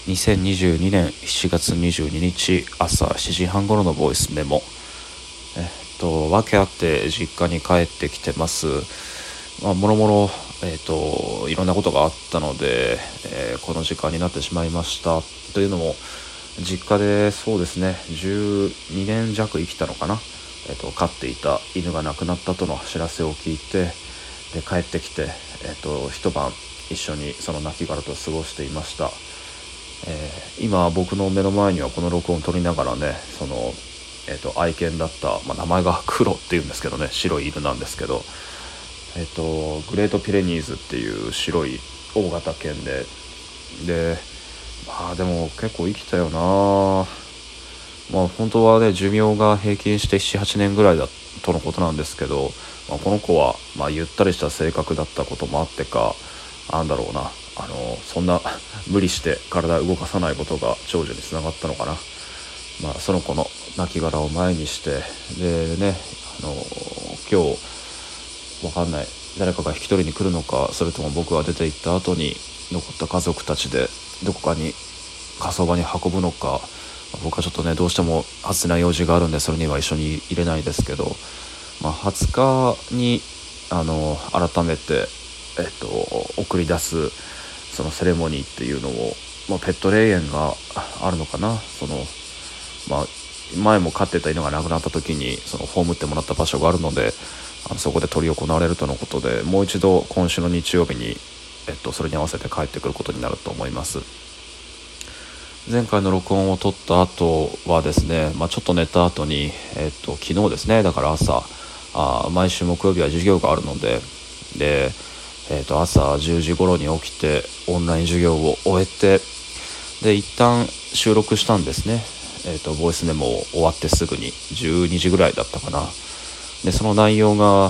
2022年7月22日朝7時半頃のボイスメモ。訳あって実家に帰ってきてます。もろもろいろんなことがあったので、この時間になってしまいました。というのも実家でそうですね12年弱生きたのかな、飼っていた犬が亡くなったとの知らせを聞いて、で帰ってきて、一晩一緒にその亡骸と過ごしていました。今僕の目の前にはこの録音を取りながらね、その、愛犬だった、名前が黒っていうんですけどね、白い犬なんですけど、グレートピレニーズっていう白い大型犬ででも結構生きたよな。本当はね寿命が平均して 7,8 年ぐらいだとのことなんですけど、この子はゆったりした性格だったこともあってか、なんだろうな、そんな無理して体を動かさないことが長寿につながったのかな。その子の亡骸を前にしてでね、今日わかんない、誰かが引き取りに来るのか、それとも僕が出て行った後に残った家族たちでどこかに火葬場に運ぶのか。僕はちょっとねどうしても初な用事があるんでそれには一緒に入れないですけど、20日に改めて、送り出すそのセレモニーっていうのを、ペット霊園があるのかな。前も飼ってた犬が亡くなった時にその葬ってもらった場所があるので、そこで執り行われるとのことで、もう一度今週の日曜日に、それに合わせて帰ってくることになると思います。前回の録音を撮った後はですね、ちょっと寝た後に、昨日ですね、だから朝毎週木曜日は授業があるので、朝10時頃に起きてオンライン授業を終えて、で一旦収録したんですね。ボイスメモを終わってすぐに12時ぐらいだったかな。でその内容が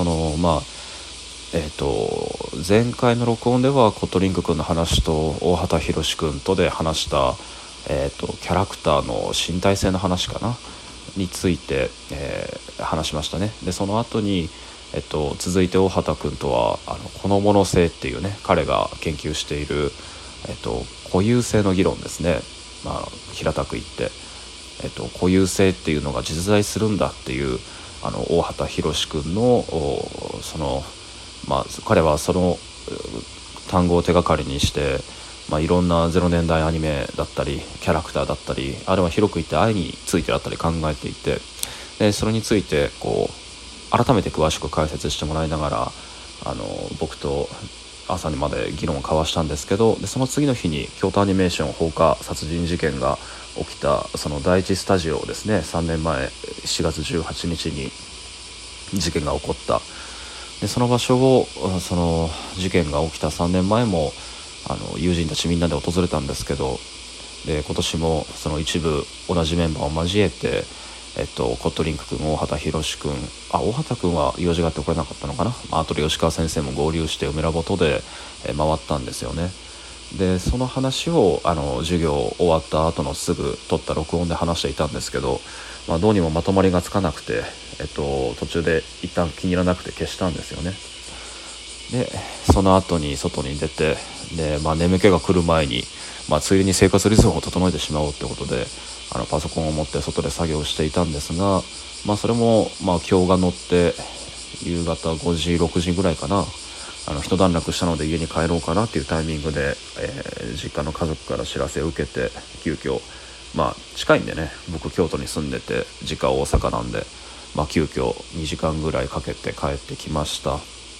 前回の録音ではコトリンク君の話と大畑博君とで話した、キャラクターの身体性の話かなについて、話しましたね。でその後に、続いて大畑君とは好もの性っていうね、彼が研究している、固有性の議論ですね。平たく言って、固有性っていうのが実在するんだっていう大畑博君のその彼はその単語を手がかりにして、いろんな0年代アニメだったりキャラクターだったり、あるいは広く言って愛についてだったり考えていて、でそれについて改めて詳しく解説してもらいながら僕と朝にまで議論を交わしたんですけど、でその次の日に京都アニメーション放火殺人事件が起きたその第一スタジオですね、3年前4月18日に事件が起こった。でその場所をその事件が起きた3年前も友人たちみんなで訪れたんですけど、で今年もその一部同じメンバーを交えて、コットリンク君、大畑博君、大畑君は用事があって来れなかったのかな。あとで吉川先生も合流して梅ラボとで、回ったんですよね。でその話を授業終わった後のすぐ撮った録音で話していたんですけど、どうにもまとまりがつかなくて、途中で一旦気に入らなくて消したんですよね。でその後に外に出て、で、眠気が来る前に、ついでに生活リズムを整えてしまおうってことでパソコンを持って外で作業していたんですが、それも今日が乗って夕方5時6時ぐらいかな、一段落したので家に帰ろうかなっていうタイミングで、実家の家族から知らせを受けて急遽近いんでね、僕京都に住んでて実家大阪なんで、急遽2時間ぐらいかけて帰ってきました。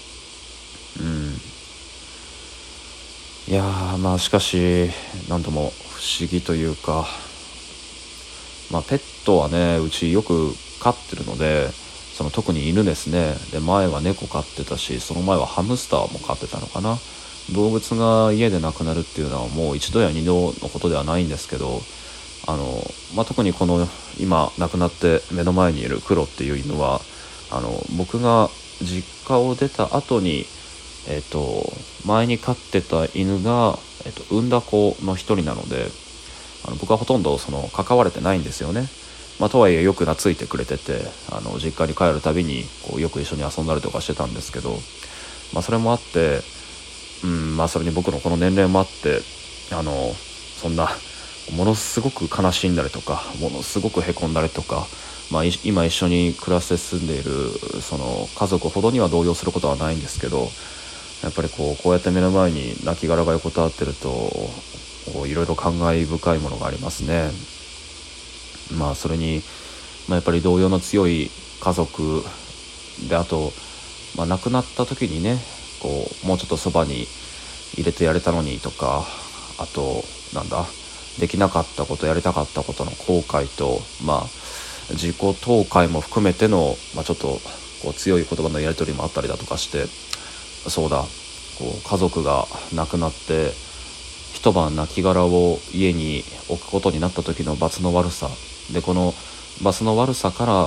いやしかし何とも不思議というか、ペットはねうちよく飼ってるので、その特に犬ですね。で前は猫飼ってたし、その前はハムスターも飼ってたのかな。動物が家で亡くなるっていうのはもう一度や二度のことではないんですけど、特にこの今亡くなって目の前にいる黒っていう犬は僕が実家を出た後に前に飼ってた犬が、産んだ子の一人なので、僕はほとんど関われてないんですよね。とはいえよく懐いてくれてて、実家に帰るたびによく一緒に遊んだりとかしてたんですけど、それもあって、それに僕のこの年齢もあってそんなものすごく悲しんだりとかものすごくへこんだりとか、今一緒に暮らして住んでいるその家族ほどには動揺することはないんですけど、やっぱりこうやって目の前に亡骸が横たわってるといろいろ感慨深いものがありますね。それに、やっぱり動揺の強い家族で、あと、亡くなった時にねもうちょっとそばに入れてやれたのにとか、あとできなかったことやりたかったことの後悔と、自己投悔も含めての、ちょっと強い言葉のやり取りもあったりだとかして、そうだ家族が亡くなって一晩亡骸を家に置くことになった時の罰の悪さで、この罰の悪さから、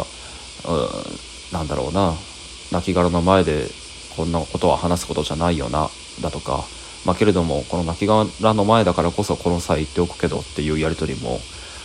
亡骸の前でこんなことは話すことじゃないよなだとか、けれどもこの亡骸の前だからこそこの際言っておくけどっていうやり取りも、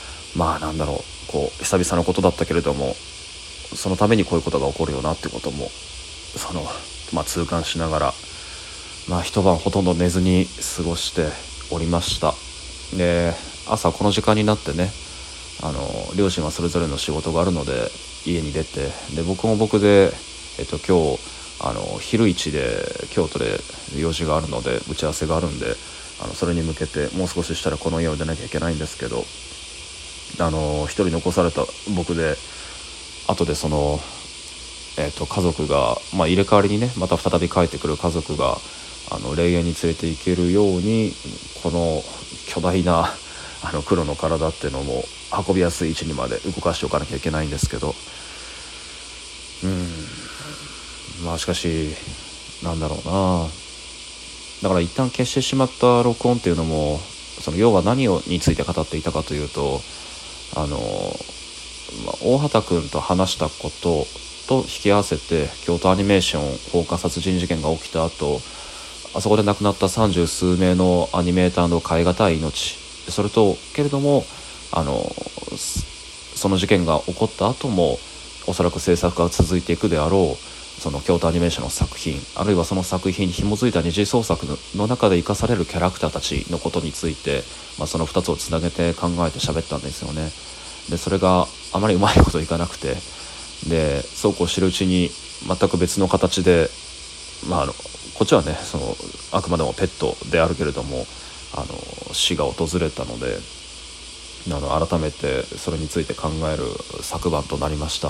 久々のことだったけれども、そのためにこういうことが起こるよなってことも痛感しながら、一晩ほとんど寝ずに過ごしておりました。で、朝この時間になってね、両親はそれぞれの仕事があるので家に出て、で僕も僕で、今日昼一で京都で用事があるので打ち合わせがあるんで、それに向けてもう少ししたらこの家を出なきゃいけないんですけど、一人残された僕で、後でその、家族が、入れ替わりにねまた再び帰ってくる家族が霊園に連れて行けるようにこの巨大な黒の体っていうのも運びやすい位置にまで動かしておかなきゃいけないんですけど、しかしだから一旦消してしまった録音っていうのも、その要は何について語っていたかというと、大畑君と話したことと引き合わせて京都アニメーション放火殺人事件が起きた後、あそこで亡くなった30数名のアニメーターの代え難い命、それとけれどもその事件が起こった後もおそらく制作が続いていくであろうその京都アニメーションの作品、あるいはその作品に紐づいた二次創作の中で生かされるキャラクターたちのことについて、その2つをつなげて考えて喋ったんですよね。でそれがあまりうまいこといかなくて、でそうこうしてるうちに全く別の形で、こっちはねあくまでもペットであるけれども死が訪れたので、改めてそれについて考える昨晩となりました。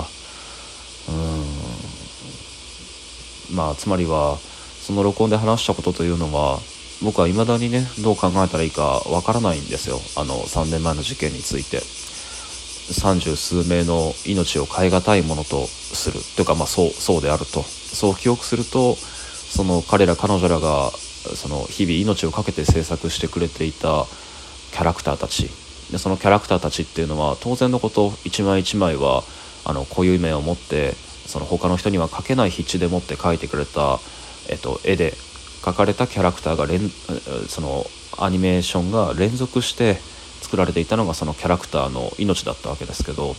つまりはその録音で話したことというのは、僕は未だにねどう考えたらいいかわからないんですよ。3年前の事件について30数名の命を代え難いものとするというか、そうであると、そう記憶すると、その彼ら彼女らがその日々命を懸けて制作してくれていたキャラクターたちで、そのキャラクターたちっていうのは当然のこと一枚一枚は固有名を持って、その他の人には描けない筆致でもって描いてくれた、絵で描かれたキャラクターがそのアニメーションが連続して作られていたのがそのキャラクターの命だったわけですけど、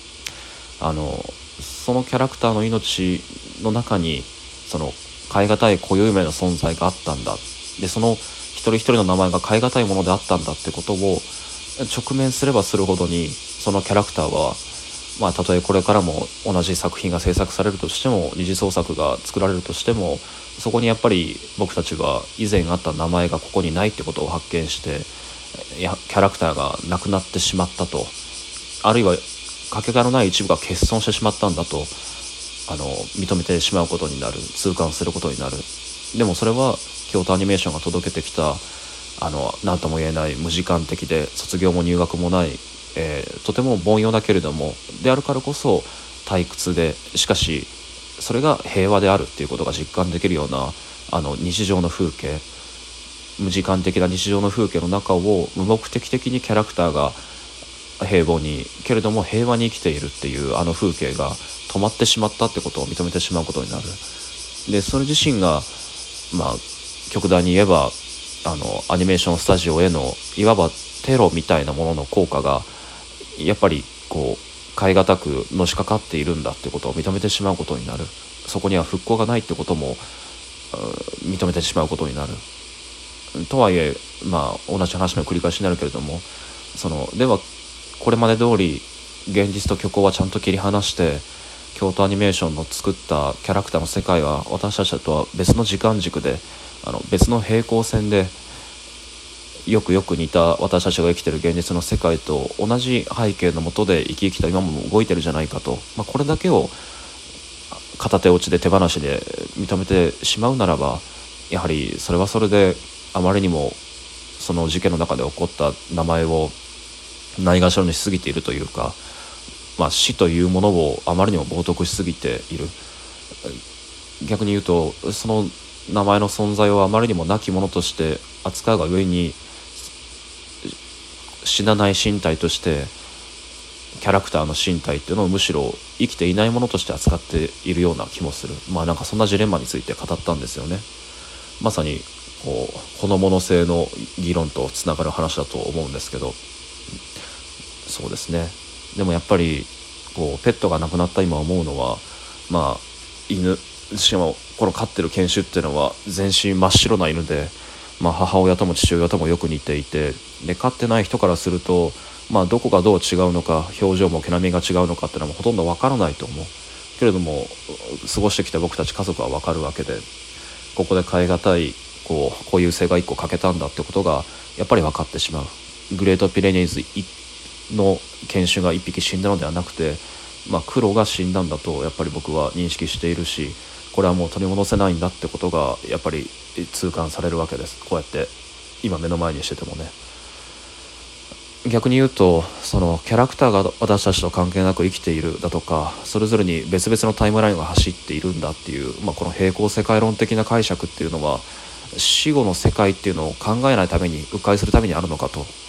そのキャラクターの命の中にその代え難い固有名の存在があったんだ、でその一人一人の名前が代え難いものであったんだってことを直面すればするほどに、そのキャラクターはたとえこれからも同じ作品が制作されるとしても、二次創作が作られるとしても、そこにやっぱり僕たちが以前あった名前がここにないってことを発見して、キャラクターがなくなってしまったと、あるいはかけがえのない一部が欠損してしまったんだと認めてしまうことになる、痛感することになる。でもそれは京都アニメーションが届けてきた何とも言えない無時間的で卒業も入学もない、とても凡庸だけれどもであるからこそ退屈で、しかしそれが平和であるっていうことが実感できるような日常の風景、無時間的な日常の風景の中を無目的的にキャラクターが平凡にけれども平和に生きているっていう風景が止まってしまったってことを認めてしまうことになる。でそれ自身が極端に言えばアニメーションスタジオへのいわばテロみたいなものの効果がやっぱり代え難くのしかかっているんだってことを認めてしまうことになる。そこには復興がないってことも認めてしまうことになる。 とはいえ同じ話の繰り返しになるけれども、ではこれまで通り現実と虚構はちゃんと切り離して、京都アニメーションの作ったキャラクターの世界は私たちとは別の時間軸で、別の平行線でよく似た私たちが生きている現実の世界と同じ背景の下で生き生きと今も動いてるじゃないかと、これだけを片手落ちで手放しで認めてしまうならば、やはりそれはそれであまりにもその事件の中で起こった名前をないがしろにしすぎているというか、死というものをあまりにも冒涜しすぎている。逆に言うと、その名前の存在をあまりにもなきものとして扱うが上に、死なない身体としてキャラクターの身体っていうのをむしろ生きていないものとして扱っているような気もする。なんかそんなジレンマについて語ったんですよね。まさにほのもの性の議論とつながる話だと思うんですけど、そうですね。でもやっぱりペットが亡くなった今思うのは、犬、しかもこの飼ってる犬種っていうのは全身真っ白な犬で、母親とも父親ともよく似ていて、で飼ってない人からすると、どこがどう違うのか、表情も毛並みが違うのかっていうのはほとんどわからないと思うけれども、過ごしてきた僕たち家族はわかるわけで、ここで変え難い固有性が1個欠けたんだってことがやっぱり分かってしまう。グレートピレニーズの犬種が1匹死んだのではなくて、黒が死んだんだとやっぱり僕は認識しているし、これはもう取り戻せないんだってことがやっぱり痛感されるわけです。こうやって今目の前にしててもね。逆に言うと、そのキャラクターが私たちと関係なく生きているだとか、それぞれに別々のタイムラインが走っているんだっていう、この平行世界論的な解釈っていうのは、死後の世界っていうのを考えないために、迂回するためにあるのかと